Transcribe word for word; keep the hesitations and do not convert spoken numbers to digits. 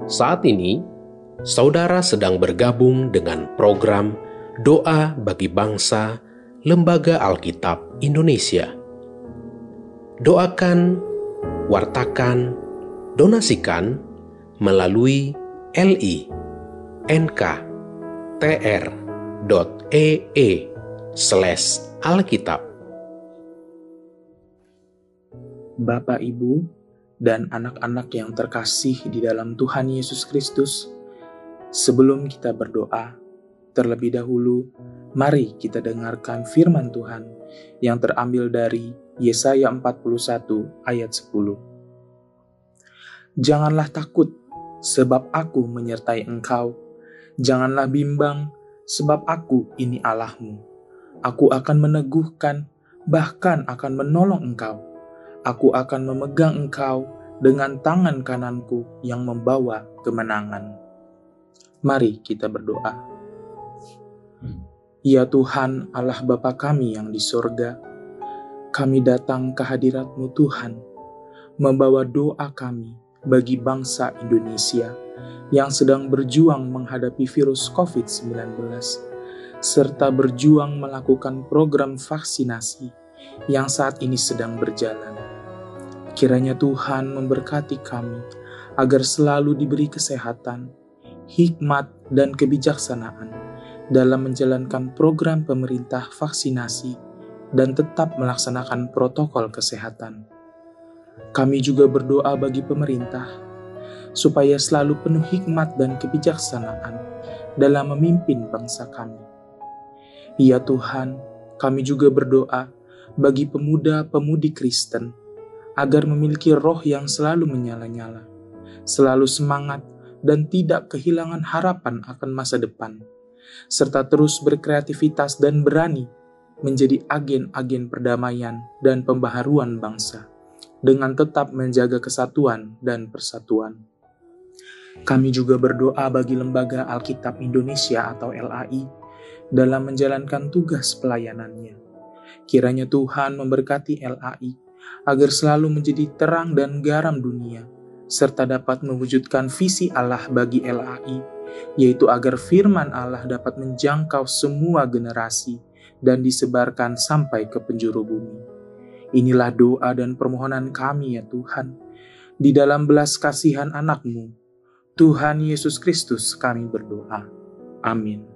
Saat ini, saudara sedang bergabung dengan program Doa bagi Bangsa Lembaga Alkitab Indonesia. Doakan, wartakan, donasikan melalui li nkr.ee slash alkitab. Bapak, Ibu, dan anak-anak yang terkasih di dalam Tuhan Yesus Kristus, sebelum kita berdoa, terlebih dahulu, mari kita dengarkan firman Tuhan yang terambil dari Yesaya empat puluh satu ayat sepuluh. Janganlah takut, sebab aku menyertai engkau. Janganlah bimbang, sebab aku ini Allahmu. Aku akan meneguhkan, bahkan akan menolong engkau. Aku akan memegang engkau dengan tangan kananku yang membawa kemenangan. Mari kita berdoa. Ya Tuhan, Allah Bapa kami yang di surga, kami datang ke hadirat-Mu Tuhan, membawa doa kami bagi bangsa Indonesia yang sedang berjuang menghadapi virus covid sembilan belas, serta berjuang melakukan program vaksinasi yang saat ini sedang berjalan. Kiranya Tuhan memberkati kami agar selalu diberi kesehatan, hikmat, dan kebijaksanaan dalam menjalankan program pemerintah vaksinasi dan tetap melaksanakan protokol kesehatan. Kami juga berdoa bagi pemerintah supaya selalu penuh hikmat dan kebijaksanaan dalam memimpin bangsa kami. Ya Tuhan, kami juga berdoa bagi pemuda-pemudi Kristen agar memiliki roh yang selalu menyala-nyala, selalu semangat dan tidak kehilangan harapan akan masa depan, serta terus berkreativitas dan berani menjadi agen-agen perdamaian dan pembaharuan bangsa, dengan tetap menjaga kesatuan dan persatuan. Kami juga berdoa bagi Lembaga Alkitab Indonesia atau L A I dalam menjalankan tugas pelayanannya. Kiranya Tuhan memberkati L A I agar selalu menjadi terang dan garam dunia, serta dapat mewujudkan visi Allah bagi L A I, yaitu agar firman Allah dapat menjangkau semua generasi dan disebarkan sampai ke penjuru bumi. Inilah doa dan permohonan kami ya Tuhan, di dalam belas kasihan anak-Mu, Tuhan Yesus Kristus kami berdoa. Amin.